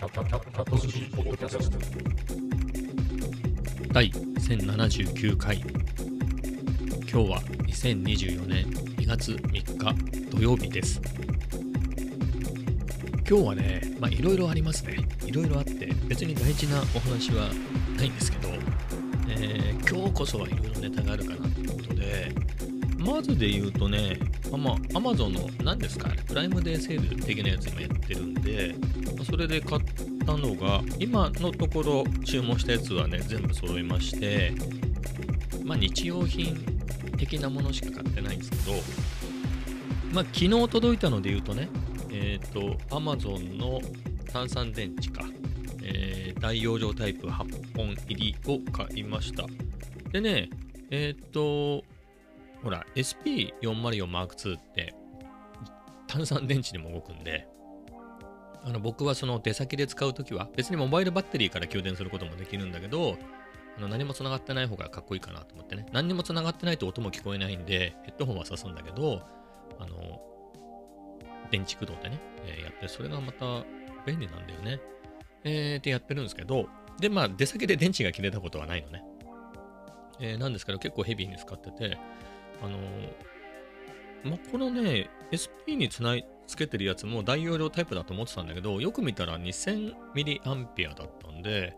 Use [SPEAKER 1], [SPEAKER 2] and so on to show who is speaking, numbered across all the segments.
[SPEAKER 1] 第1079回。今日は2024年2月3日土曜日です。今日はね、いろいろありますね。いろいろあって別に大事なお話はないんですけど、今日こそはいろいろネタがあるかなということで、まずで言うとね、Amazon の何ですか、プライムデーセール的なやつ今やってるんで、それで買ったのが、今のところ注文したやつはね、全部揃いまして、日用品的なものしか買ってないんですけど、昨日届いたので言うとね、Amazon の単3電池か、大容量タイプ8本入りを買いました。でね、ほら、SP404M2 って単3電池でも動くんで、僕はその出先で使うときは、別にモバイルバッテリーから給電することもできるんだけど、何も繋がってない方がかっこいいかなと思ってね。何にも繋がってないと音も聞こえないんで、ヘッドホンは挿すんだけど、電池駆動でね、やって、それがまた便利なんだよね。でやってるんですけど、で、出先で電池が切れたことはないのね。なんですけど、結構ヘビーに使ってて、このね、SP につけてるやつも大容量タイプだと思ってたんだけど、よく見たら 2000mAh だったんで、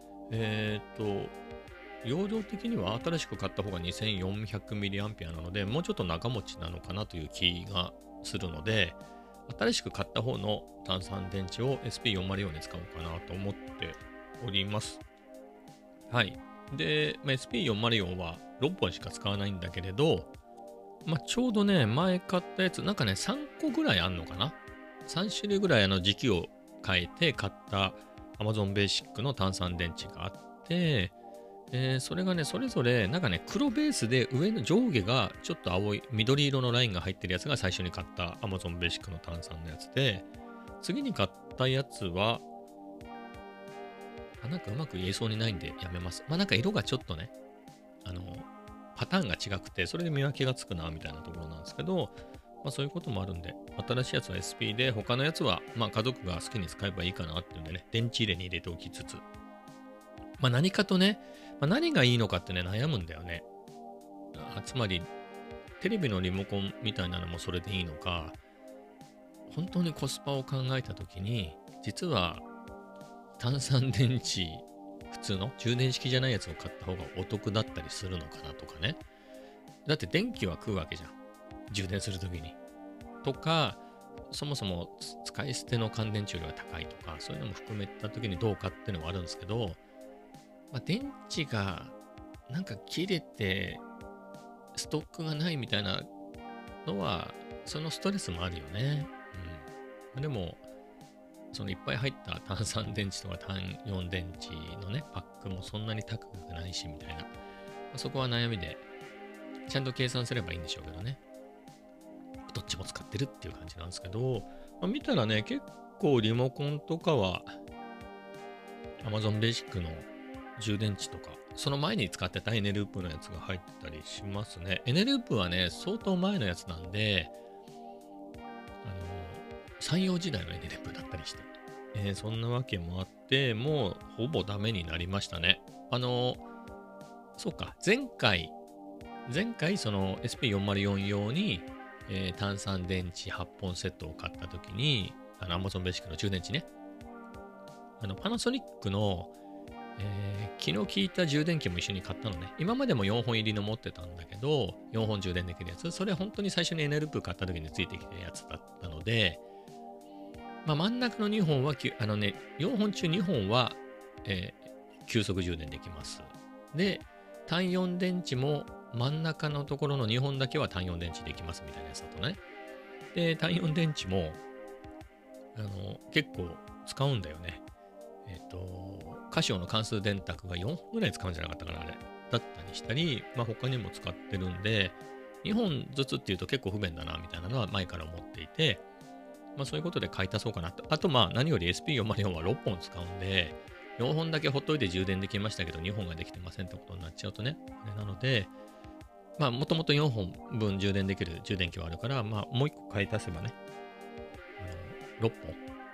[SPEAKER 1] 容量的には新しく買った方が 2400mAh なので、もうちょっと長持ちなのかなという気がするので、新しく買った方の単3電池を SP404 に使おうかなと思っております。はい。で、SP404 は6本しか使わないんだけれど、ちょうどね、前買ったやつ、なんかね、3個ぐらいあんのかな ?3 種類ぐらい時期を変えて買った Amazon Basic の単3電池があって、それがね、それぞれ、なんかね、黒ベースで上の上下がちょっと青い、緑色のラインが入ってるやつが最初に買った Amazon Basic の単3のやつで、次に買ったやつは、なんかうまく言えそうにないんでやめます。なんか色がちょっとね、パターンが違くて、それで見分けがつくな、みたいなところなんですけど、そういうこともあるんで、新しいやつは SP で、他のやつは、家族が好きに使えばいいかなっていうんでね、電池入れに入れておきつつ、何かとね、何がいいのかってね、悩むんだよね。つまり、テレビのリモコンみたいなのもそれでいいのか、本当にコスパを考えたときに、実は、単3電池、普通の充電式じゃないやつを買った方がお得だったりするのかなとかね。だって電気は食うわけじゃん。充電するときに。とか、そもそも使い捨ての乾電池よりは高いとか、そういうのも含めたときにどうかっていうのはあるんですけど、電池がなんか切れてストックがないみたいなのは、そのストレスもあるよね。でも、そのいっぱい入った単3電池とか単4電池のね、パックもそんなに高くないしみたいな。そこは悩みで、ちゃんと計算すればいいんでしょうけどね。どっちも使ってるっていう感じなんですけど、見たらね、結構リモコンとかは Amazon Basic の充電池とか、その前に使ってたエネループのやつが入ってたりしますね。エネループはね、相当前のやつなんで、山陽時代のエネループだったりして、そんなわけもあって、もうほぼダメになりましたね。そうか、前回その SP404 用に、単3電池8本セットを買ったときに、Amazon Basic の充電池ね、パナソニックの、昨日聞いた充電器も一緒に買ったのね。今までも4本入りの持ってたんだけど、4本充電できるやつ。それ本当に最初にエネループ買った時についてきたやつだったので、真ん中の2本は、4本中2本は、急速充電できます。で、単4電池も真ん中のところの2本だけは単4電池できますみたいなやつだとね。で、単4電池も、結構使うんだよね。カシオの関数電卓が4本ぐらい使うんじゃなかったかな、あれ。だったりしたり、他にも使ってるんで、2本ずつっていうと結構不便だな、みたいなのは前から思っていて、そういうことで買い足そうかなと。あと、何より SP404 は6本使うんで、4本だけほっといて充電できましたけど、2本ができてませんってことになっちゃうとね。あれなので、もともと4本分充電できる充電器はあるから、もう1個買い足せばね、6本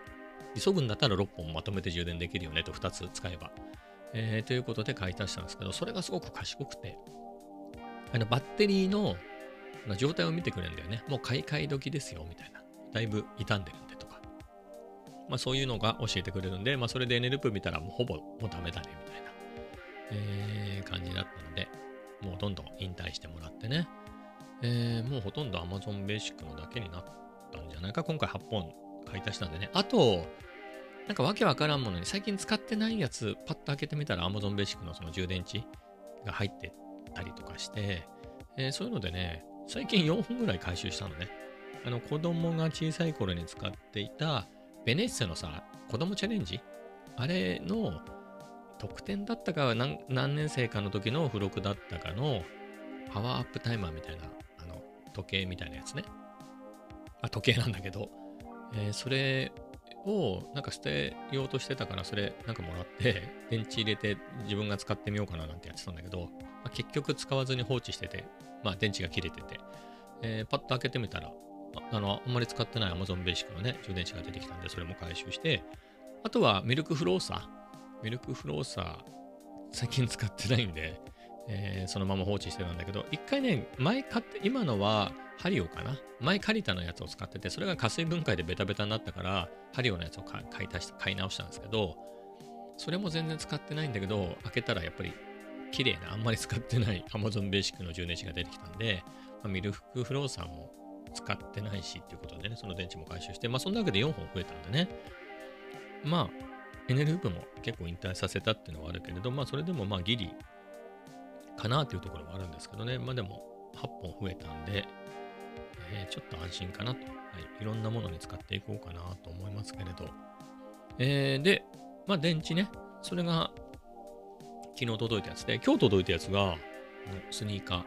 [SPEAKER 1] 急ぐんだったら6本まとめて充電できるよねと2つ使えば。ということで買い足したんですけど、それがすごく賢くて、バッテリーの状態を見てくれるんだよね。もう買い替え時ですよ、みたいな。だいぶ傷んでるんでとか。そういうのが教えてくれるんで、それでエネループ見たらもうほぼもうダメだね、みたいな、感じだったので、もうどんどん引退してもらってね。もうほとんど Amazon Basic のだけになったんじゃないか。今回8本買い足したんでね。あと、なんかわけわからんものに最近使ってないやつパッと開けてみたら Amazon Basic のその充電池が入ってたりとかして、そういうのでね、最近4本ぐらい回収したのね。子供が小さい頃に使っていたベネッセのさ、子供チャレンジあれの特典だったか何年生かの時の付録だったかのパワーアップタイマーみたいな時計みたいなやつね。時計なんだけど、それをなんか捨てようとしてたから、それなんかもらって電池入れて自分が使ってみようかななんてやってたんだけど、結局使わずに放置してて、電池が切れてて、パッと開けてみたらあんまり使ってない Amazon Basic のね充電池が出てきたんで、それも回収して、あとはミルクフローサー最近使ってないんで、そのまま放置してたんだけど、一回ね、前買って、今のはハリオかな、前借りたのやつを使ってて、それが加水分解でベタベタになったから、ハリオのやつを買い直したんですけど、それも全然使ってないんだけど、開けたらやっぱり綺麗な、あんまり使ってない Amazon Basic の充電池が出てきたんで、ミルクフローさんも使ってないしっていうことでね、その電池も回収して、その中で4本増えたんでね、エネループも結構引退させたっていうのはあるけれど、それでもギリかなっていうところもあるんですけどね、でも8本増えたんで、ちょっと安心かなと、いろんなものに使っていこうかなと思いますけれど、で、電池ね、それが昨日届いたやつで、今日届いたやつが、スニーカ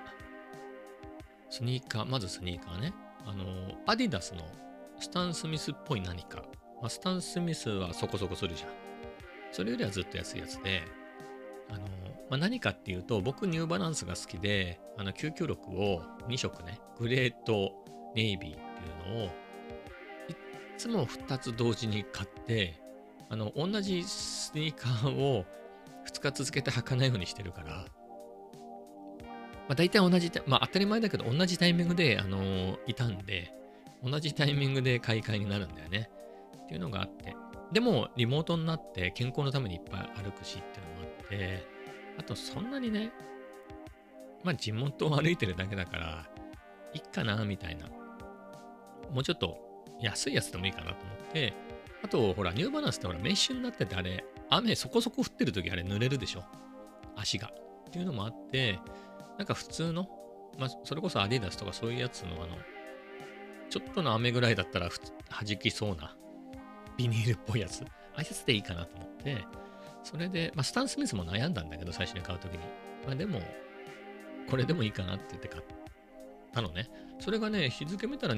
[SPEAKER 1] ー、まずスニーカーね、アディダスのスタン・スミスっぽい何か、スタン・スミスはそこそこするじゃん。それよりはずっと安いやつで、何かっていうと、僕ニューバランスが好きで、996を2色ね、グレーとネイビーっていうのを、いつも2つ同時に買って、同じスニーカーを2日続けて履かないようにしてるから、大体同じ、当たり前だけど同じタイミングで、いたんで、同じタイミングで買い替えになるんだよね。っていうのがあって。でも、リモートになって健康のためにいっぱい歩くしっていうのもあって、あとそんなにね、地元を歩いてるだけだから、いっかな、みたいな。もうちょっと安いやつでもいいかなと思って、あと、ほら、ニューバランスってほら、メッシュになってて、あれ、雨そこそこ降ってる時あれ濡れるでしょ。足が。っていうのもあって、なんか普通の、それこそアディダスとかそういうやつのちょっとの雨ぐらいだったら弾きそうなビニールっぽいやつ。ああいうやつでいいかなと思って、それで、スタン・スミスも悩んだんだけど、最初に買うときに。でも、これでもいいかなって言って買ったのね。それがね、日付見たら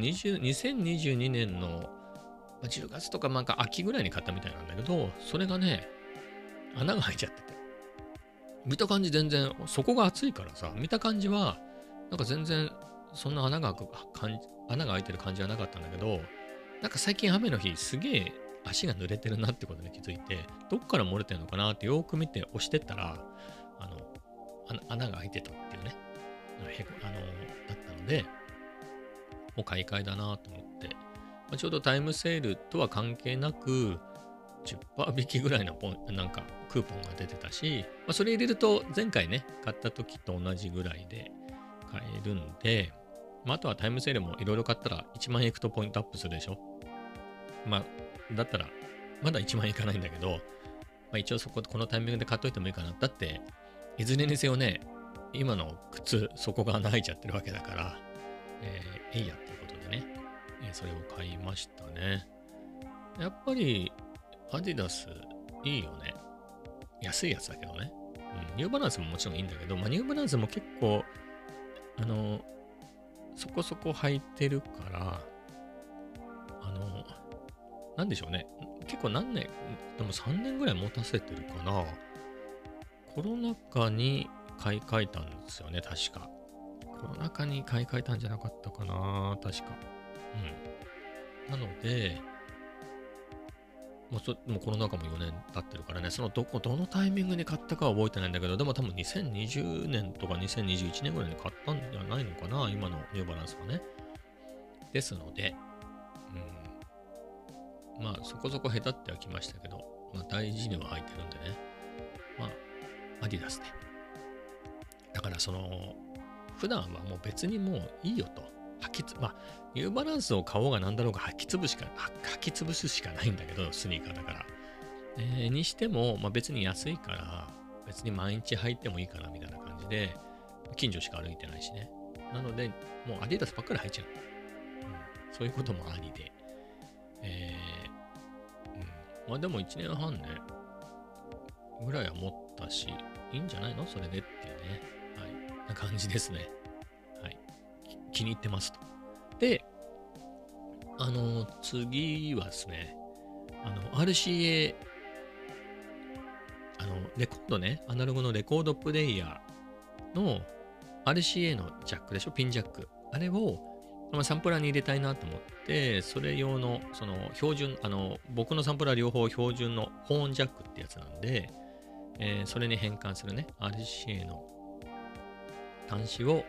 [SPEAKER 1] 2022年の10月とか秋ぐらいに買ったみたいなんだけど、それがね、穴が開いちゃってて。見た感じ全然、底が厚いからさ、見た感じは、なんか全然、そんな穴が開いてる感じはなかったんだけど、なんか最近雨の日、すげえ足が濡れてるなってことに気づいて、どっから漏れてるのかなってよーく見て押してったら、穴が開いてたっていうね、だったので、もう買い替えだなと思って、ちょうどタイムセールとは関係なく、10%引きぐらいのなんかクーポンが出てたし、それ入れると前回ね、買った時と同じぐらいで買えるんで、あとはタイムセールもいろいろ買ったら1万円いくとポイントアップするでしょ。だったら、まだ1万円いかないんだけど、一応このタイミングで買っといてもいいかな。だって、いずれにせよね、今の靴、底が穴開いちゃってるわけだから、いいやっていうことでね、それを買いましたね。やっぱり、アディダスいいよね。安いやつだけどね。ニューバランスももちろんいいんだけど、ニューバランスも結構、そこそこ履いてるから、なんでしょうね。結構何年、でも3年ぐらい持たせてるかな。コロナ禍に買い替えたんですよね、確か。コロナ禍に買い替えたんじゃなかったかな、確か。なので、 もうこの中も4年経ってるからね、どのタイミングで買ったかは覚えてないんだけど、でも多分2020年とか2021年ぐらいに買ったんじゃないのかな、今のニューバランスはね。ですので、まあそこそこ下手ってはきましたけど、まあ大事には履いてるんでね。まあ、アディダスで。だから普段はもう別にもういいよと。まあ、ニューバランスを買おうがなんだろうが履き潰すしかないんだけど、スニーカーだから。にしても、まあ、別に安いから、別に毎日履いてもいいかなみたいな感じで、近所しか歩いてないしね。なので、もうアディダスばっかり履いちゃう。そういうこともありで。まあでも1年半ね、ぐらいは持ったし、いいんじゃないのそれでっていうね。はい。な感じですね。はい。気に入ってますと。で、次はですね、RCA、レコードね、アナログのレコードプレイヤーの RCA のジャックでしょ、ピンジャック。あれを、サンプラーに入れたいなと思って、それ用の、標準、僕のサンプラー両方標準のホーンジャックってやつなんで、それに変換するね、RCA の端子を、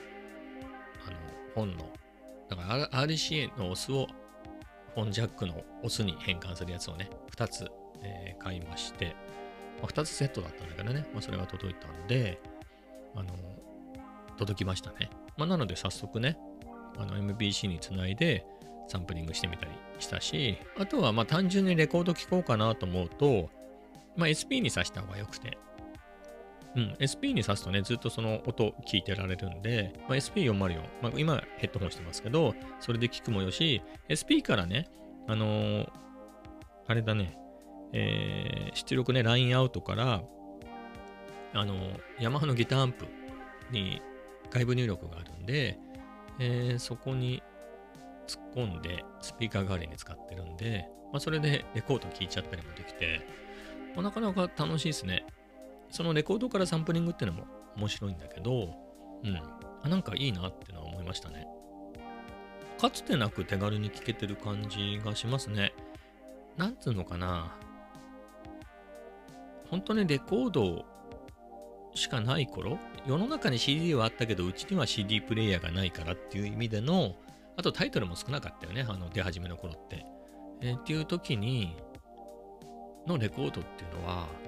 [SPEAKER 1] 本の、だから RCA のオスを、本ジャックのオスに変換するやつをね、2つ、買いまして、2つセットだったんだけどね、それが届いたんで、届きましたね。なので早速ね、MPC につないでサンプリングしてみたりしたし、あとは単純にレコード聴こうかなと思うと、SP に挿した方がよくて、SP に挿すとね、ずっとその音聞いてられるんで、SP404、今ヘッドホンしてますけど、それで聞くもよし、SP からね、あれだね、出力ね、ラインアウトから、ヤマハのギターアンプに外部入力があるんで、そこに突っ込んでスピーカー代わりに使ってるんで、それでレコード聴いちゃったりもできて、なかなか楽しいですね。そのレコードからサンプリングっていうのも面白いんだけど、なんかいいなってのは思いましたね。かつてなく手軽に聴けてる感じがしますね。なんつうのかな。本当にレコードしかない頃、世の中に CD はあったけど、うちには CD プレイヤーがないからっていう意味での、あとタイトルも少なかったよね、出始めの頃って。っていう時に、のレコードっていうのは、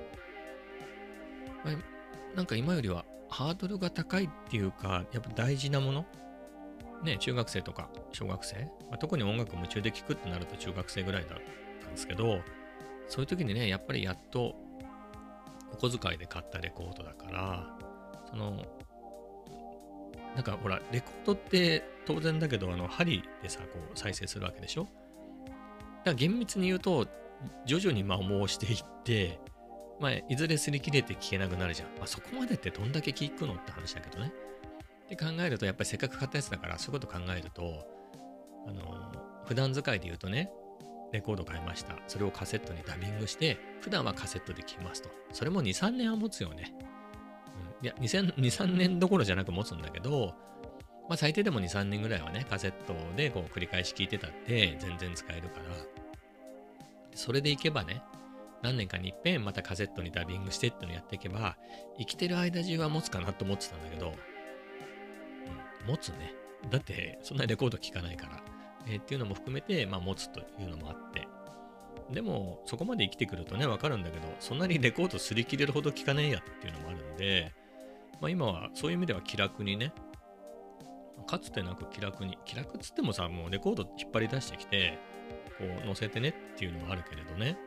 [SPEAKER 1] なんか今よりはハードルが高いっていうか、やっぱ大事なものね、中学生とか小学生、特に音楽夢中で聴くってなると中学生ぐらいだったんですけど、そういう時にね、やっぱりやっとお小遣いで買ったレコードだから、なんかほら、レコードって当然だけど、針でさ、こう再生するわけでしょ。だから厳密に言うと、徐々に摩耗していって、いずれ擦り切れて聞けなくなるじゃん。そこまでってどんだけ聞くのって話だけどね。って考えると、やっぱりせっかく買ったやつだから、そういうこと考えると、普段使いで言うとね、レコード買いました。それをカセットにダビングして、普段はカセットで聴きますと。それも2、3年は持つよね。いや、2、3年どころじゃなく持つんだけど、最低でも2、3年ぐらいはね、カセットでこう繰り返し聴いてたって全然使えるから、それでいけばね、何年かに一遍またカセットにダビングしてってのやっていけば、生きてる間中は持つかなと思ってたんだけど、持つね。だって、そんなレコード聴かないから。っていうのも含めて、持つというのもあって。でも、そこまで生きてくるとね、わかるんだけど、そんなにレコード擦り切れるほど聴かねえやっていうのもあるんで、今はそういう意味では気楽にね、かつてなく気楽に、気楽っつってもさ、もうレコード引っ張り出してきて、こう乗せてねっていうのもあるけれどね。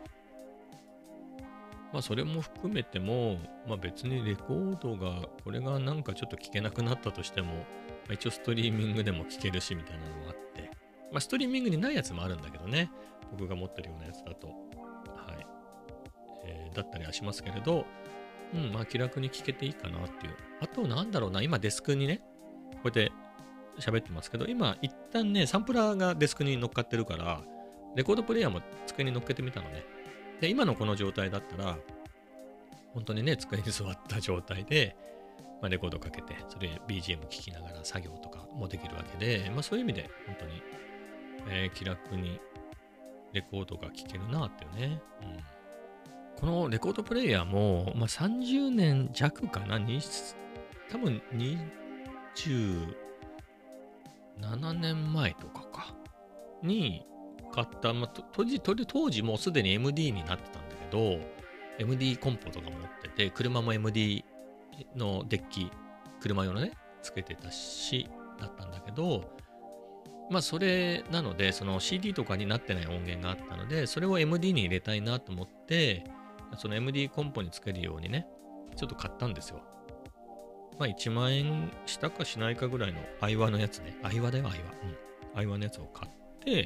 [SPEAKER 1] それも含めても、別にレコードが、これがなんかちょっと聞けなくなったとしても、一応ストリーミングでも聞けるしみたいなのもあって、ストリーミングにないやつもあるんだけどね、僕が持ってるようなやつだと、はい。だったりはしますけれど、気楽に聞けていいかなっていう。あと、なんだろうな、今デスクにね、こうやって喋ってますけど、今一旦ね、サンプラーがデスクに乗っかってるから、レコードプレイヤーも机に乗っけてみたのね。で、今のこの状態だったら、本当にね、机に座った状態で、レコードかけて、それ BGM 聴きながら作業とかもできるわけで、そういう意味で、本当に、気楽にレコードが聴けるなっていうね。このレコードプレイヤーも、30年弱かな、多分27年前とかに買った、当時もうすでに MD になってたんだけど、MD コンポとか持ってて、車も MD のデッキ、車用のね、つけてたし、だったんだけど、それなので、その CD とかになってない音源があったので、それを MD に入れたいなと思って、その MD コンポにつけるようにね、ちょっと買ったんですよ。1万円したかしないかぐらいのアイワのやつね。アイワだよ、アイワ。アイワのやつを買って、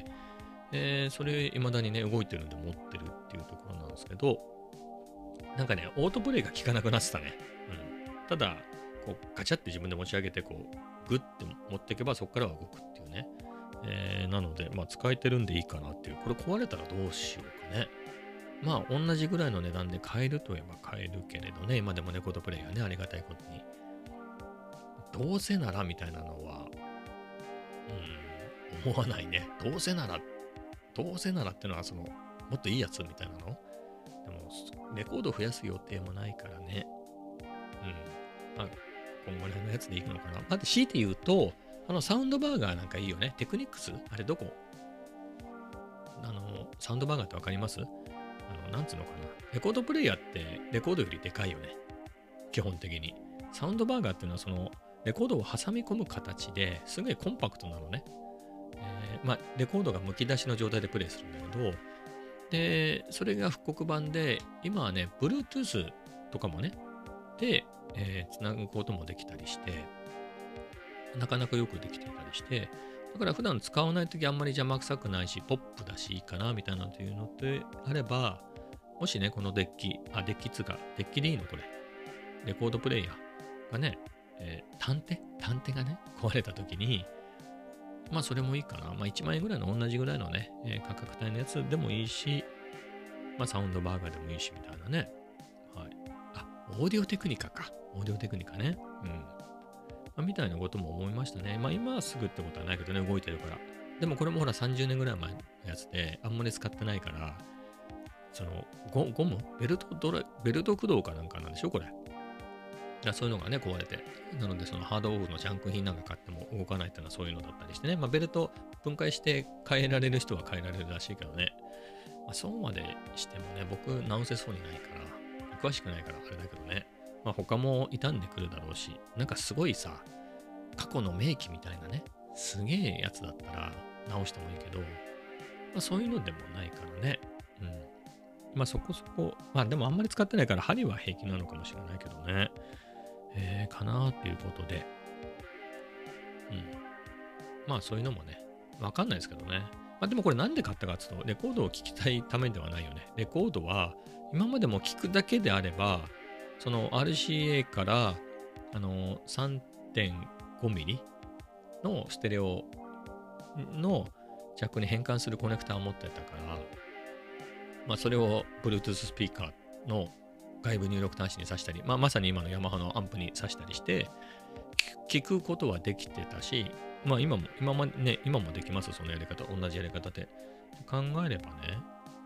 [SPEAKER 1] それ未だにね、動いてるんで持ってるっていうところなんですけど、なんかね、オートプレイが効かなくなってたね。ただ、こう、ガチャって自分で持ち上げて、こう、グッて持っていけば、そこからは動くっていうね。なので、使えてるんでいいかなっていう。これ壊れたらどうしようかね。同じぐらいの値段で買えるといえば買えるけれどね。今でもレコードプレイヤーね、ありがたいことに。どうせならみたいなのは、思わないね。どうせならってのは、もっといいやつみたいなの。でも、レコードを増やす予定もないからね。今後のやつでいくのかな。だって強いて言うと、サウンドバーガーなんかいいよね。テクニックスあれどこサウンドバーガーってわかります？なんつうのかな。レコードプレイヤーってレコードよりでかいよね。基本的に。サウンドバーガーっていうのはレコードを挟み込む形ですごいコンパクトなのね。レコードがむき出しの状態でプレイするんだけど、で、それが復刻版で、今はね、Bluetooth とかもね、で、つなぐこともできたりして、なかなかよくできていたりして、だから普段使わないときあんまり邪魔くさくないし、ポップだしいいかな、みたいなというのってあれば、もしね、このデッキでいいのこれ。レコードプレイヤーがね、探偵がね、壊れたときに、それもいいかな。1万円ぐらいの同じぐらいのね、価格帯のやつでもいいし、サウンドバーガーでもいいし、みたいなね。はい。オーディオテクニカか。オーディオテクニカね。みたいなことも思いましたね。今はすぐってことはないけどね、動いてるから。でもこれもほら30年ぐらい前のやつで、あんまり使ってないから、ゴムベルト駆動かなんかなんでしょこれ。そういうのがね、壊れて。なので、ハードオフのジャンク品なんか買っても動かないっていうのはそういうのだったりしてね。ベルト分解して変えられる人は変えられるらしいけどね。そうまでしてもね、僕直せそうにないから、詳しくないからあれだけどね。他も傷んでくるだろうし、なんかすごいさ、過去の名機みたいなね、すげえやつだったら直してもいいけど、そういうのでもないからね。そこそこ、でもあんまり使ってないから針は平気なのかもしれないけどね。かなーっていうことで。そういうのもね、わかんないですけどね。でもこれなんで買ったかっていうと、レコードを聴きたいためではないよね。レコードは、今までも聴くだけであれば、その RCA から、3.5 ミリのステレオのジャックに変換するコネクターを持ってたから、それを Bluetooth スピーカーの外部入力端子に挿したり、まさに今のヤマハのアンプに挿したりして、聞くことはできてたし、今もできます、そのやり方、同じやり方で。考えればね、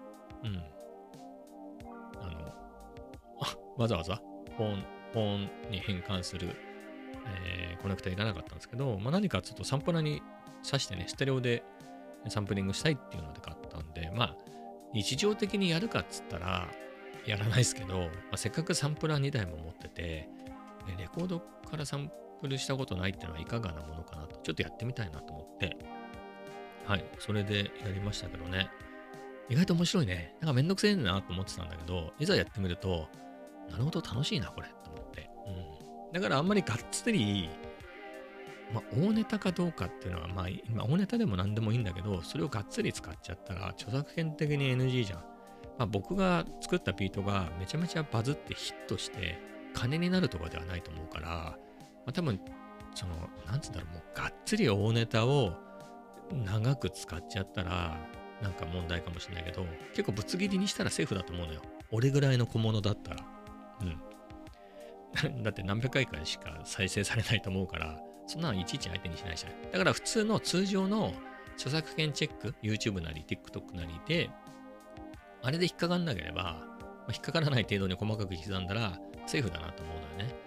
[SPEAKER 1] わざわざフォンに変換する、コネクタいらなかったんですけど、何かちょっとサンプラーに挿してね、ステレオでサンプリングしたいっていうので買ったんで、日常的にやるかっつったら、やらないですけど、せっかくサンプラー2台も持ってて、レコードからサンプルしたことないっていうのはいかがなものかなと、ちょっとやってみたいなと思って、はい、それでやりましたけどね。意外と面白いね。なんかめんどくせえなと思ってたんだけど、いざやってみると、なるほど楽しいな、これ、と思って。だからあんまりがっつり、大ネタかどうかっていうのは、今、大ネタでも何でもいいんだけど、それをがっつり使っちゃったら、著作権的に NG じゃん。僕が作ったビートがめちゃめちゃバズってヒットして、金になるとかではないと思うから、多分、なんつうんだろう、もうがっつり大ネタを長く使っちゃったら、なんか問題かもしれないけど、結構ぶつ切りにしたらセーフだと思うのよ。俺ぐらいの小物だったら。だって何百回かしか再生されないと思うから、そんなのいちいち相手にしないじゃん。だから普通の通常の著作権チェック、YouTube なり TikTok なりで、あれで引っかかんなければ、引っかからない程度に細かく刻んだらセーフだなと思うのよね。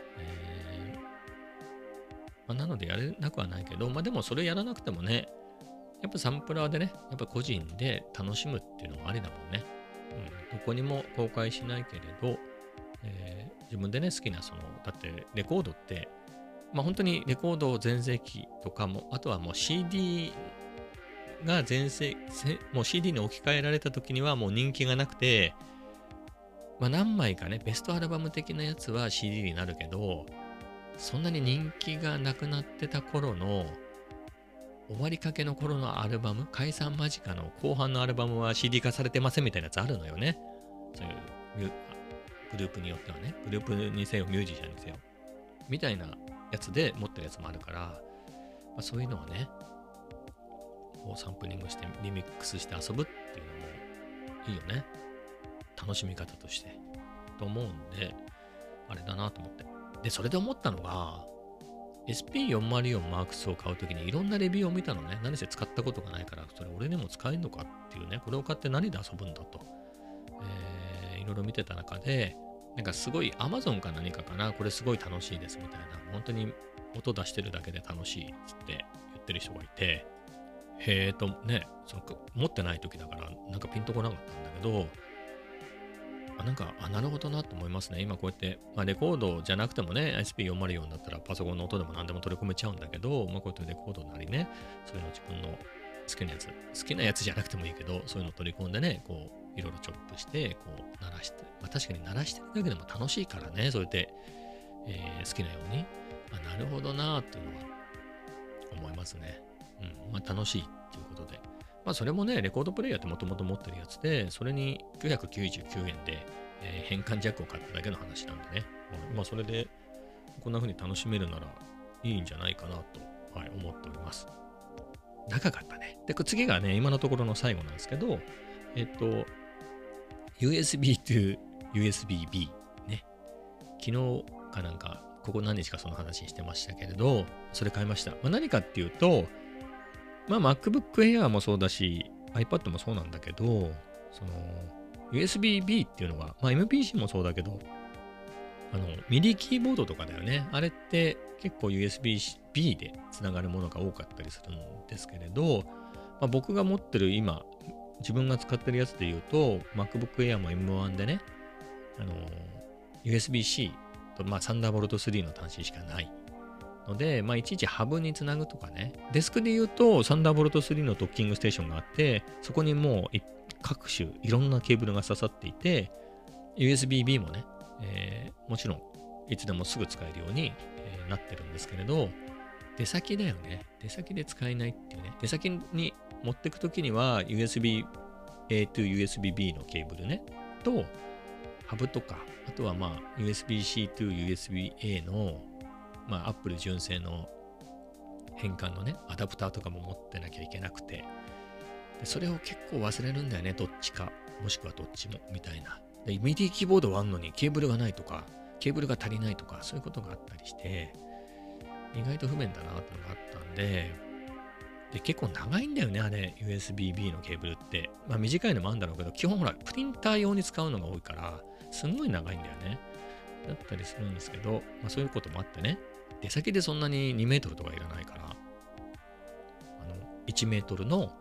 [SPEAKER 1] なのでやれなくはないけど、でもそれやらなくてもね、やっぱサンプラーでね、やっぱ個人で楽しむっていうのもありだもんね。どこにも公開しないけれど、自分でね、好きなだってレコードって、本当にレコード全盛期とかも、あとはもう CD がもう CD に置き換えられた時にはもう人気がなくて、何枚かね、ベストアルバム的なやつは CD になるけど、そんなに人気がなくなってた頃の、終わりかけの頃のアルバム、解散間近の後半のアルバムは CD 化されてませんみたいなやつあるのよね。そういうグループによってはね、グループにせよ、ミュージシャンにせよ、みたいなやつで持ってるやつもあるから、そういうのはね、こうサンプリングしてリミックスして遊ぶっていうのもいいよね。楽しみ方として。と思うんで、あれだなと思って。で、それで思ったのが、SP404 マーク2を買うときにいろんなレビューを見たのね。何せ使ったことがないから、それ俺でも使えるのかっていうね、これを買って何で遊ぶんだと。いろいろ見てた中で、なんかすごい Amazon か何かかな、これすごい楽しいですみたいな、本当に音出してるだけで楽しいっつって言ってる人がいて、へえとね、持ってない時だからなんかピンとこなかったんだけど、なるほどなと思いますね。今こうやって、レコードじゃなくてもね、SP404 だったらパソコンの音でも何でも取り込めちゃうんだけど、こうやってレコードなりね、そういうの自分の好きなやつじゃなくてもいいけど、そういうの取り込んでね、こう、いろいろチョップして、こう、鳴らして、確かに鳴らしてるだけでも楽しいからね、そうやって、好きなように、なるほどなっていうのは思いますね。楽しいっていうことで。それもね、レコードプレイヤーってもともと持ってるやつで、それに999円で、変換ジャックを買っただけの話なんでね。それで、こんな風に楽しめるならいいんじゃないかなと、思っております。長かったね。で、次がね、今のところの最後なんですけど、USB to USB-B ね。昨日かなんか、ここ何日かその話してましたけれど、それ買いました。何かっていうと、MacBook Air もそうだし、iPad もそうなんだけど、USB-B っていうのが、MPC もそうだけど、ミディキーボードとかだよね。あれって結構 USB-B でつながるものが多かったりするんですけれど、僕が持ってる今、自分が使ってるやつで言うと、MacBook Air も M1 でね、USB-C と、Thunderbolt 3の端子しかないので、いちいちハブにつなぐとかね、デスクで言うと、Thunderbolt 3のドッキングステーションがあって、そこにもう各種いろんなケーブルが刺さっていて、USB-B もね、もちろんいつでもすぐ使えるように、なってるんですけれど、出先だよね。出先で使えないっていうね。出先に持ってくときには USB-A to USB-B のケーブルね、と、ハブとか、あとはUSB-C to USB-A のApple 純正の変換のね、アダプターとかも持ってなきゃいけなくて、でそれを結構忘れるんだよね、どっちか、もしくはどっちも、みたいな。で、ミディキーボードはあんのにケーブルがないとか、ケーブルが足りないとか、そういうことがあったりして、意外と不便だなってのがあったんで、結構長いんだよね、あれ、USB-B のケーブルって。短いのもあるんだろうけど、基本ほら、プリンター用に使うのが多いから、すんごい長いんだよね。だったりするんですけど、そういうこともあってね、出先でそんなに2メートルとかいらないから、1メートルの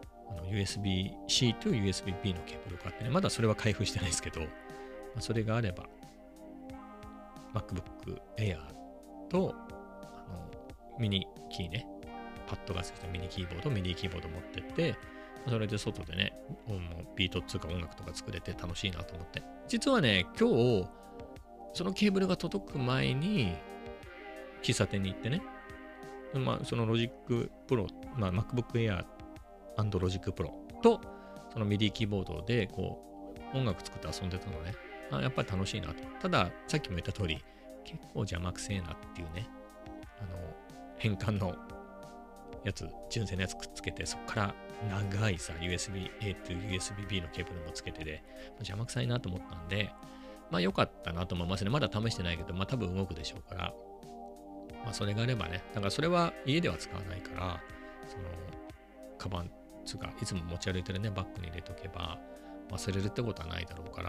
[SPEAKER 1] USB-C と USB-B のケーブルを買ってね、まだそれは開封してないですけど、それがあれば、MacBook Air と、ミニキーね、パッドがついたミニキーボード、ミニキーボード持ってって、それで外でね、ビートっていうか音楽とか作れて楽しいなと思って。実はね、今日、そのケーブルが届く前に、喫茶店に行ってね、そのロジックプロ、MacBook Air and Logic Pro と、そのミディキーボードで、こう、音楽作って遊んでたのね。やっぱり楽しいなと。ただ、さっきも言った通り、結構邪魔くせえなっていうね、変換のやつ、純正のやつくっつけて、そこから長いさ、USB-A to USB-B のケーブルもつけてで、邪魔くさいなと思ったんで、良かったなと思いますね。まだ試してないけど、多分動くでしょうから、それがあればね、だからそれは家では使わないから、 カバンつうか、いつも持ち歩いてるね、バッグに入れとけば、忘れるってことはないだろうから、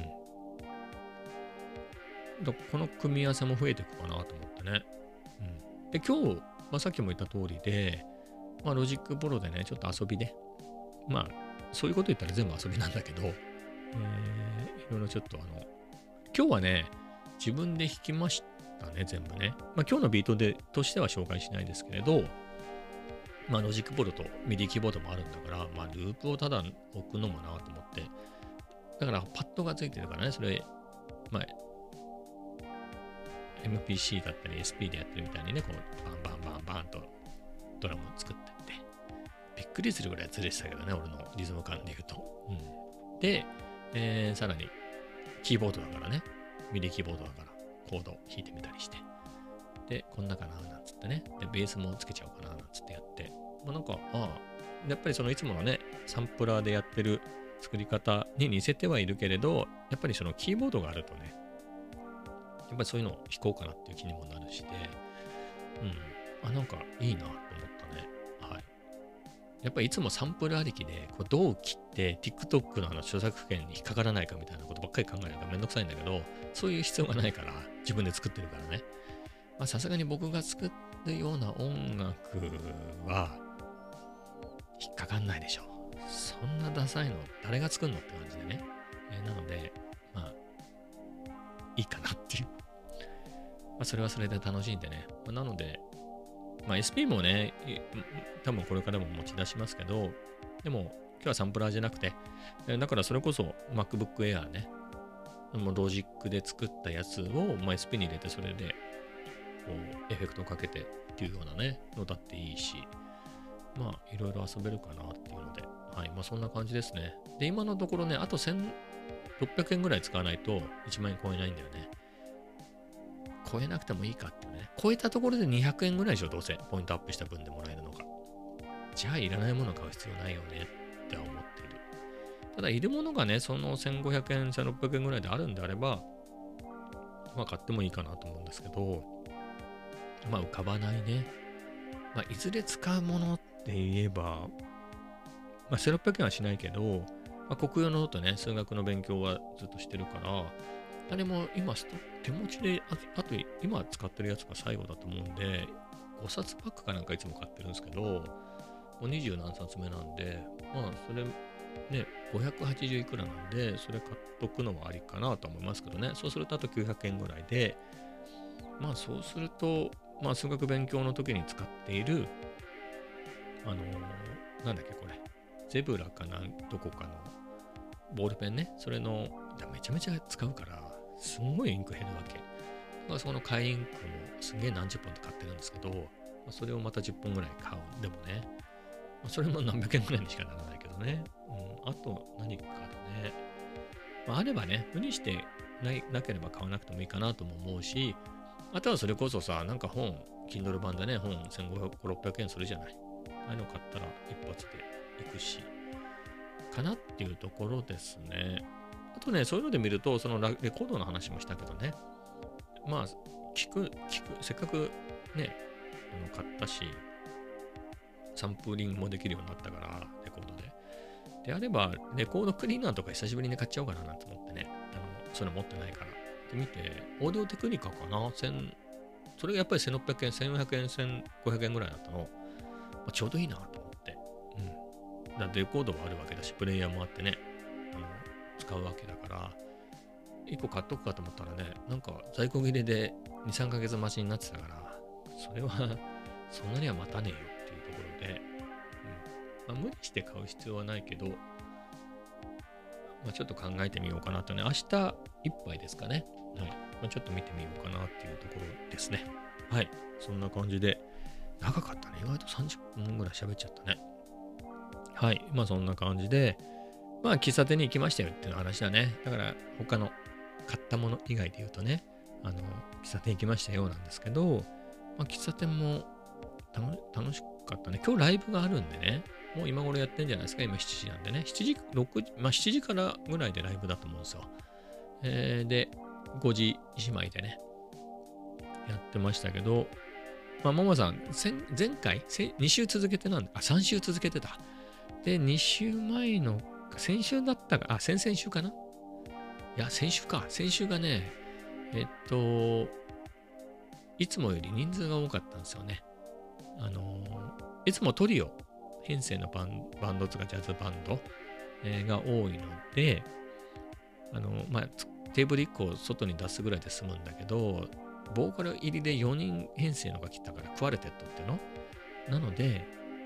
[SPEAKER 1] この組み合わせも増えていくかなと思ってね。で、今日、さっきも言った通りで、ロジックボロでね、ちょっと遊びで、そういうこと言ったら全部遊びなんだけど、いろいろちょっと今日はね、自分で弾きましたね、全部ね。今日のビートとしては紹介しないですけれど、ロジックボードとミディキーボードもあるんだから、ループをただ置くのもなと思って。だから、パッドがついてるからね、それ、MPC だったり SP でやってるみたいにね、こう、バンバンバンバンとドラムを作ってって、びっくりするぐらいずれてたけどね、俺のリズム感で言うと。で、さらに、キーボードだからね、ミディキーボードだから、コードを弾いてみたりして。で、こんなかななんつってね。で、ベースもつけちゃおうかななんつってやって。やっぱりそのいつものね、サンプラーでやってる作り方に似せてはいるけれど、やっぱりそのキーボードがあるとね、やっぱりそういうのを弾こうかなっていう気にもなるしで、なんかいいなと思ったね。はい。やっぱりいつもサンプルありきで、こうどう切って TikTok の著作権に引っかからないかみたいなことばっかり考えるからめんどくさいんだけど、そういう必要がないから、自分で作ってるからね。さすがに僕が作るような音楽は引っかかんないでしょ。そんなダサいの誰が作るのって感じでね。なので、いいかなっていう。それはそれで楽しいんでね。なので、SP もね、多分これからも持ち出しますけど、でも今日はサンプラーじゃなくて、だからそれこそ MacBook Air ね、ロジックで作ったやつを、SP に入れてそれでこうエフェクトをかけてっていうようなね、のだっていいし、いろいろ遊べるかなっていうので、はい、そんな感じですね。で、今のところね、あと1600円ぐらい使わないと1万円超えないんだよね。超えなくてもいいかってね。超えたところで200円ぐらいでしょ、どうせ。ポイントアップした分でもらえるのが。じゃあ、いらないものを買う必要ないよねって思っている。ただ、いるものがね、その1500円、1600円ぐらいであるんであれば、買ってもいいかなと思うんですけど、浮かばないね。いずれ使うものって言えば、1600円はしないけど、国語のノートね、数学の勉強はずっとしてるから、あれも今、手持ちで、あと今使ってるやつが最後だと思うんで、5冊パックかなんかいつも買ってるんですけど、もう20何冊目なんで、それね、580いくらなんで、それ買っとくのもありかなと思いますけどね。そうするとあと900円ぐらいで、そうすると、数学勉強の時に使っている、なんだっけこれ、ゼブラかどこかのボールペンね、それの、めちゃめちゃ使うから、すんごいインク減るわけ。その買いインクもすんげえ何十本って買ってるんですけど、それをまた10本ぐらい買う。でもね、それも何百円ぐらいにしかならないけどね。あと何かだね。あればね、無理してなければ買わなくてもいいかなとも思うし、あとはそれこそさ、なんか本、Kindle 版でね、本1500、600円するじゃない。ああいうの買ったら一発で行くし、かなっていうところですね。あとね、そういうので見ると、そのレコードの話もしたけどね、せっかくね、買ったし、サンプリングもできるようになったから、レコードで。であれば、レコードクリーナーとか久しぶりに買っちゃおうかななんて思ってね、そういうの持ってないから。で見て、オーディオテクニカかなそれがやっぱり1600円、1400円、1500円ぐらいだったの。ちょうどいいなと思って。だってレコードはあるわけだし、プレイヤーもあってね、使うわけだから、1個買っとくかと思ったらね、なんか在庫切れで2、3ヶ月待ちになってたから、それはそんなには待たねえよっていうところで、無理して買う必要はないけど、ちょっと考えてみようかなとね、明日いっぱいですかね。はい。ちょっと見てみようかなっていうところですね。はい。そんな感じで、長かったね。意外と30分ぐらい喋っちゃったね。はい。そんな感じで、喫茶店に行きましたよっていう話だね。だから、他の買ったもの以外で言うとね、喫茶店行きましたよなんですけど、喫茶店も楽しかったね。今日ライブがあるんでね、もう今頃やってんじゃないですか。今7時なんでね。7時、7時からぐらいでライブだと思うんですよ。で、5時姉妹でね、やってましたけど、 まあ、ももさん、前回、2週続けてなんだ。あ、3週続けてた。で、2週前の、先週だったか、先々週かな。いや、先週か。先週がね、いつもより人数が多かったんですよね。いつもトリオ編成のバンドとかジャズバンド、が多いので、まあ、テーブル1個を外に出すぐらいで済むんだけど、ボーカル入りで4人編成のが来たから、クワルテットっていうのなので、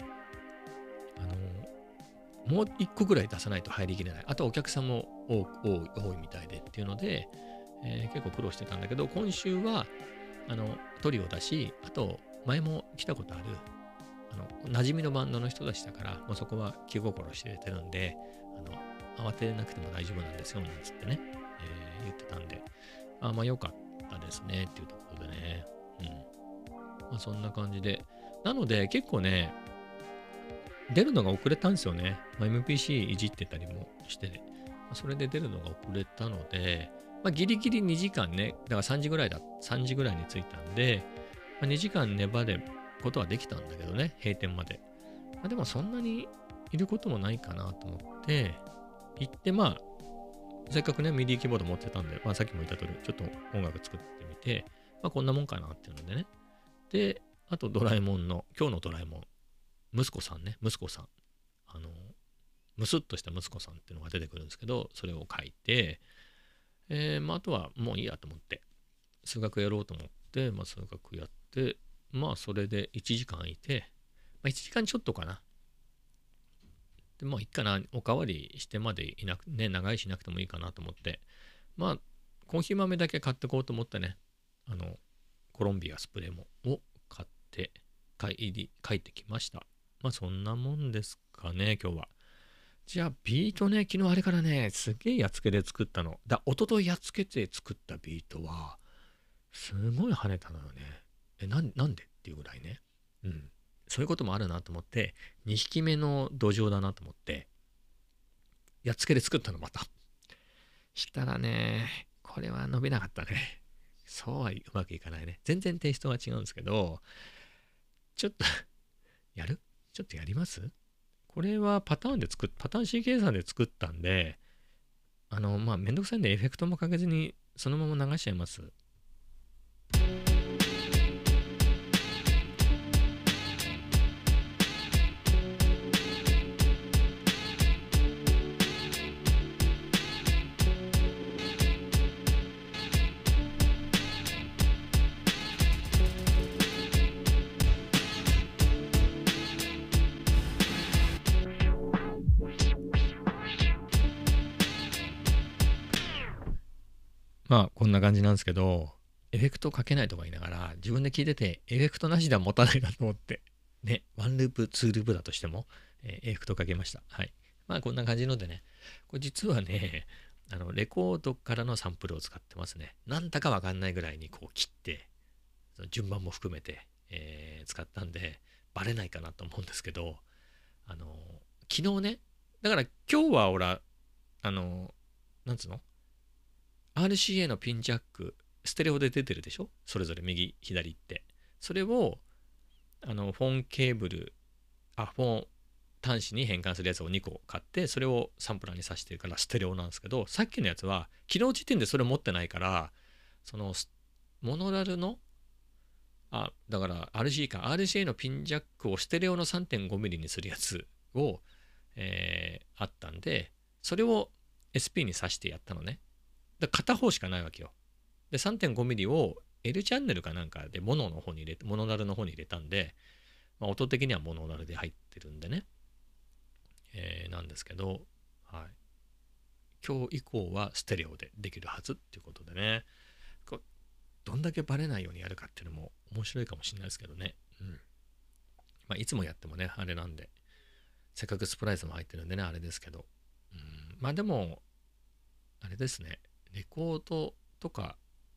[SPEAKER 1] もう1個ぐらい出さないと入りきれない。あとお客さんも多いみたいでっていうので、結構苦労してたんだけど、今週は、トリオだし、あと、前も来たことある、馴染みのバンドの人たちだから、もうそこは気心しててるんで、慌てなくても大丈夫なんですよ、なんつってね、言ってたんで、まあ良かったですね、っていうところでね。まあそんな感じで。なので、結構ね、出るのが遅れたんですよね。まあ、MPC いじってたりもしてね。それで出るのが遅れたので、まあ、ギリギリ2時間ね、だから3時ぐらいに着いたんで、まあ、2時間粘ることはできたんだけどね、閉店まで。まあ、でもそんなにいることもないかなと思って、行って、まあ、せっかくね、ミディキーボード持ってたんで、まあさっきも言った通り、ちょっと音楽作ってみて、まあこんなもんかなっていうのでね。で、あとドラえもんの、今日のドラえもん、息子さん。ムスッとした息子さんっていうのが出てくるんですけど、それを書いて、まあ、あとはもういいやと思って、数学やろうと思って、まあ、数学やって、まあ、それで1時間いて、まあ、1時間ちょっとかな。で、まあ、いいかな、おかわりしてまでいなく、ね、長いしなくてもいいかなと思って、まあ、コーヒー豆だけ買ってこうと思ってね、コロンビアスプレーもを買って、書いてきました。まあ、そんなもんですかね、今日は。じゃあ、ビートね、昨日あれからね、すげえやっつけで作ったの。一昨日やっつけて作ったビートは、すごい跳ねたのよね。なんでっていうぐらいね。うん。そういうこともあるなと思って、2匹目の土壌だなと思って、やっつけで作ったの、また。したらね、これは伸びなかったね。そうはうまくいかないね。全然テイストが違うんですけど、ちょっとちょっとやります？これはパターン C 計算で作ったんで、まあ、めんどくさいんでエフェクトもかけずにそのまま流しちゃいます。まあ、こんな感じなんですけど、エフェクトかけないとか言いながら、自分で聞いてて、エフェクトなしでは持たないなと思って、ね、ワンループ、ツーループだとしても、エフェクトかけました。はい。まあ、こんな感じのでね、これ実はね、レコードからのサンプルを使ってますね。なんだかわかんないぐらいにこう切って、その順番も含めて、使ったんで、バレないかなと思うんですけど、昨日ね、だから今日は俺は、なんつうのRCA のピンジャック、ステレオで出てるでしょ、それぞれ右、左って。それを、フォンケーブル、フォン端子に変換するやつを2個買って、それをサンプラーに挿してるからステレオなんですけど、さっきのやつは、昨日時点でそれ持ってないから、その、モノラルの、だから RCA のピンジャックをステレオの 3.5mm にするやつを、あったんで、それを SP に挿してやったのね。片方しかないわけよ。で、3.5mm を L チャンネルかなんかでモノラルの方に入れたんで、まあ、音的にはモノラルで入ってるんでね。なんですけど、はい。今日以降はステレオでできるはずっていうことでね。どんだけバレないようにやるかっていうのも面白いかもしれないですけどね。うん。まあ、いつもやってもね、あれなんで、せっかくスプライスも入ってるんでね、あれですけど。まあでも、あれですね。レコードとか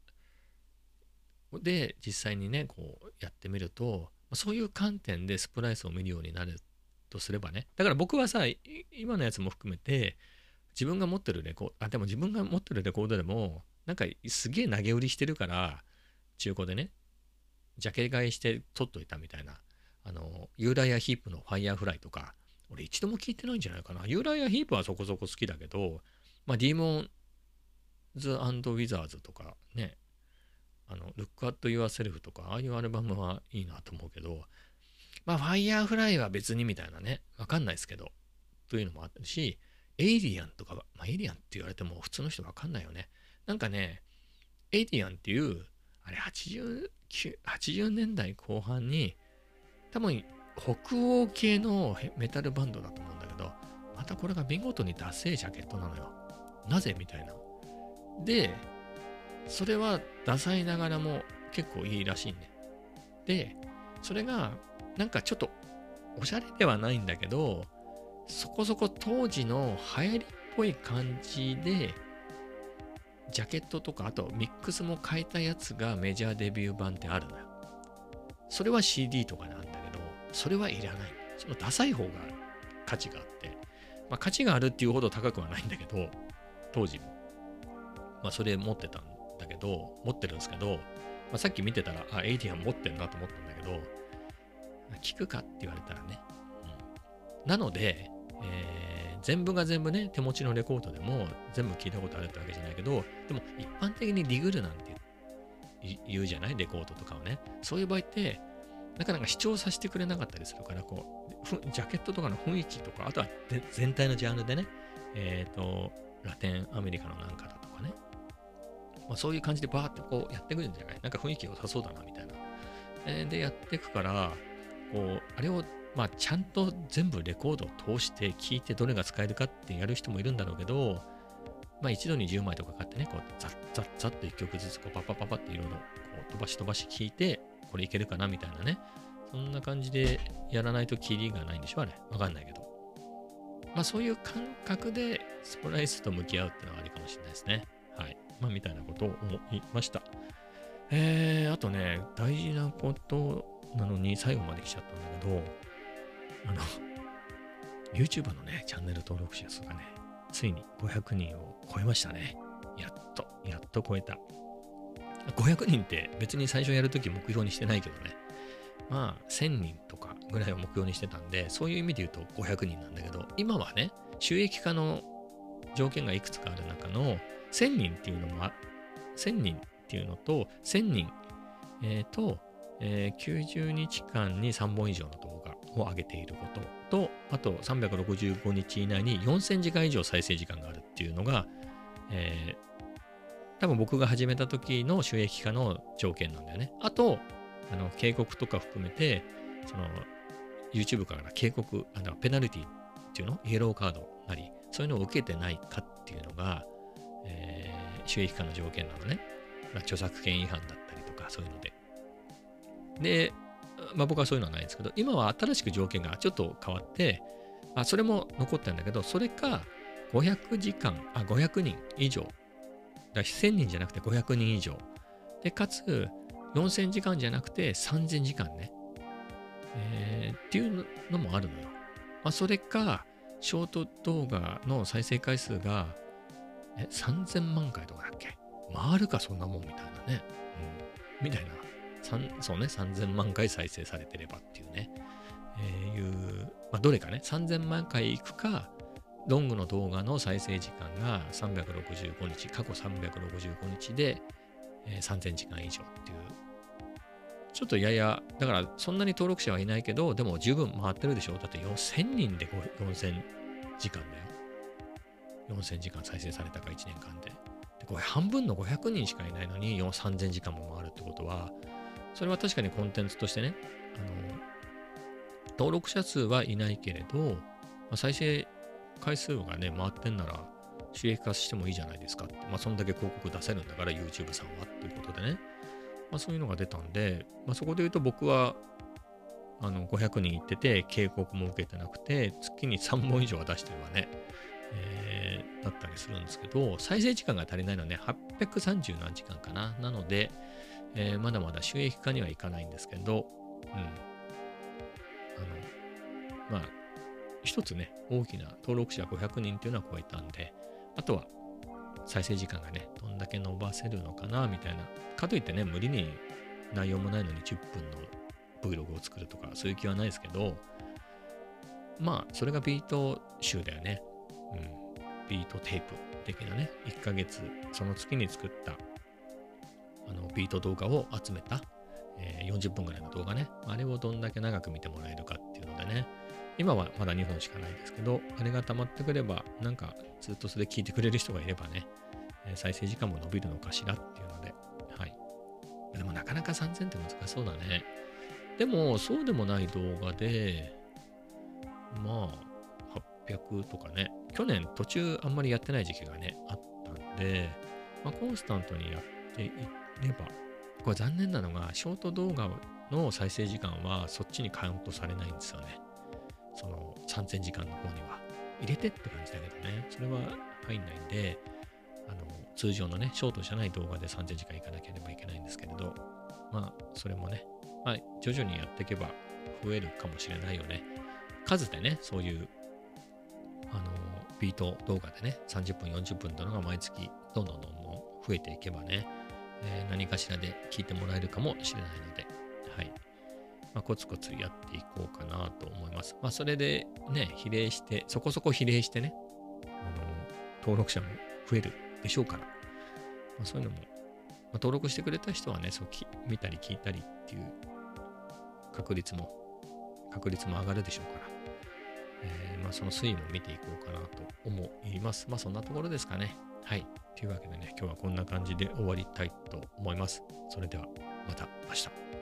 [SPEAKER 1] で実際にね、こうやってみると、そういう観点でスプライスを見るようになるとすればね。だから僕はさ、今のやつも含めて、自分が持ってるレコード、でも自分が持ってるレコードでも、なんかすげえ投げ売りしてるから、中古でね。 ジャケ買いして取っといたみたいな、ユーライア・ヒープのファイヤーフライとか、俺一度も聞いてないんじゃないかな。ユーライア・ヒープはそこそこ好きだけど、まあ、ディーモンズ・ウィザーズとかね、ルック・アット・ユア・セルフとか、ああいうアルバムはいいなと思うけど、まあ、ファイヤーフライは別にみたいなね、わかんないですけど、というのもあったし、エイリアンとかは、まあ、エイリアンって言われても普通の人わかんないよね。なんかね、エイリアンっていう、あれ80年代後半に、多分北欧系のメタルバンドだと思うんだけど、またこれが見事にダセージャケットなのよ。なぜみたいな。で、それはダサいながらも結構いいらしいね。で、それがなんかちょっとおしゃれではないんだけど、そこそこ当時の流行りっぽい感じで、ジャケットとか、あとミックスも変えたやつがメジャーデビュー版ってあるのよ。それは CD とかなんだけど、それはいらない。そのダサい方が価値があって、まあ価値があるっていうほど高くはないんだけど、当時も。まあそれ持ってたんだけど、持ってるんですけど、まあ、さっき見てたら、あ、エイリアン持ってんなと思ったんだけど、聞くかって言われたらね。うん、なので、全部が全部ね、手持ちのレコードでも全部聞いたことあるってわけじゃないけど、でも一般的にリグルなんて言うじゃないレコードとかをね。そういう場合って、なかなか視聴させてくれなかったりするから、こう、ジャケットとかの雰囲気とか、あとは全体のジャンルでね、ラテンアメリカのなんかだとかね、まあ、そういう感じでバーってこうやってくるんじゃないなんか雰囲気良さそうだなみたいな。で、やっていくから、こう、あれを、まあ、ちゃんと全部レコードを通して聞いてどれが使えるかってやる人もいるんだろうけど、まあ、一度に10枚とか買ってね、こう、ザッザッザッと1曲ずつ、こう、パッパッパッパっていろいろ、こう、飛ばし飛ばし聞いて、これいけるかなみたいなね。そんな感じでやらないとキリがないんでしょあれ。わかんないけど。まあ、そういう感覚でスプライスと向き合うっていうのはありかもしれないですね。はい。まあ、みたいなことを思いました。あとね、大事なことなのに最後まで来ちゃったんだけど、YouTuber のね、チャンネル登録者数がね、ついに500人を超えましたね。やっと超えた。500人って別に最初やるとき目標にしてないけどね。まあ、1000人とかぐらいを目標にしてたんで、そういう意味で言うと500人なんだけど、今はね、収益化の条件がいくつかある中の1000人っていうのも、1000人っていうのと、1000人、90日間に3本以上の動画を上げていることと、あと365日以内に4000時間以上再生時間があるっていうのが、多分僕が始めた時の収益化の条件なんだよね。あと、警告とか含めて、YouTube から警告、ペナルティっていうのイエローカードなり、そういうのを受けてないかっていうのが、収益化の条件なのね。まあ、著作権違反だったりとか、そういうので。で、まあ僕はそういうのはないんですけど、今は新しく条件がちょっと変わって、それも残ってるんだけど、それか500人以上。1000人じゃなくて500人以上。で、かつ、4000時間じゃなくて3000時間ね。っていうのもあるのよ。まあ、それか、ショート動画の再生回数が、3000万回とかだっけ回るかそんなもんみたいなね。みたいな。そうね、3000万回再生されてればっていうね。まあ、どれかね、3000万回いくか、ロングの動画の再生時間が365日、過去365日で、3000時間以上っていう。ちょっとだからそんなに登録者はいないけど、でも十分回ってるでしょだって4000人で4000時間だよ。4000時間再生されたか1年間で。これ半分の500人しかいないのに3000時間も回るってことは、それは確かにコンテンツとしてね、登録者数はいないけれど、再生回数がね、回ってんなら収益化してもいいじゃないですかって。そんだけ広告出せるんだから YouTube さんはっていうことでね。そういうのが出たんで、そこで言うと僕は、500人行ってて、警告も受けてなくて、月に3本以上は出してればね、だったりするんですけど、再生時間が足りないのはね、830何時間かな。なので、まだまだ収益化にはいかないんですけど、一つね、大きな登録者500人っていうのは超えたんで、あとは再生時間がね、どんだけ伸ばせるのかな、みたいな。かといってね、無理に内容もないのに10分の Vlog を作るとか、そういう気はないですけど、まあ、それがビート集だよね。うん。ビートテープ的なね、1ヶ月、その月に作ったビート動画を集めた、40分ぐらいの動画ね。あれをどんだけ長く見てもらえるかっていうのでね。今はまだ2本しかないですけど、あれが溜まってくれば、なんかずっとそれ聞いてくれる人がいればね、再生時間も伸びるのかしらっていうので、はい。でもなかなか3000って難しそうだね。でも、そうでもない動画で、まあ、800とかね、去年途中あんまりやってない時期がね、あったんで、まあ、コンスタントにやっていれば、これ残念なのが、ショート動画の再生時間はそっちにカウントされないんですよね。その3000時間の方には。入れてって感じだけどね、それは入んないんで、通常のね、ショートじゃない動画で3000時間いかなければいけないんですけれど、まあ、それもね、まあ、徐々にやっていけば増えるかもしれないよね。数でね、そういう、ビート動画でね、30分、40分というのが毎月どんどん増えていけばね、何かしらで聞いてもらえるかもしれないので、はい。まあ、コツコツやっていこうかなと思います。まあ、それでね、比例して、そこそこ比例してね、登録者も増えるでしょうから、まあ、そういうのも、まあ、登録してくれた人はね、そう見たり聞いたりっていう確率も上がるでしょうから、まあ、その推移も見ていこうかなと思います。まあ、そんなところですかね。はい。というわけでね、今日はこんな感じで終わりたいと思います。それでは、また明日。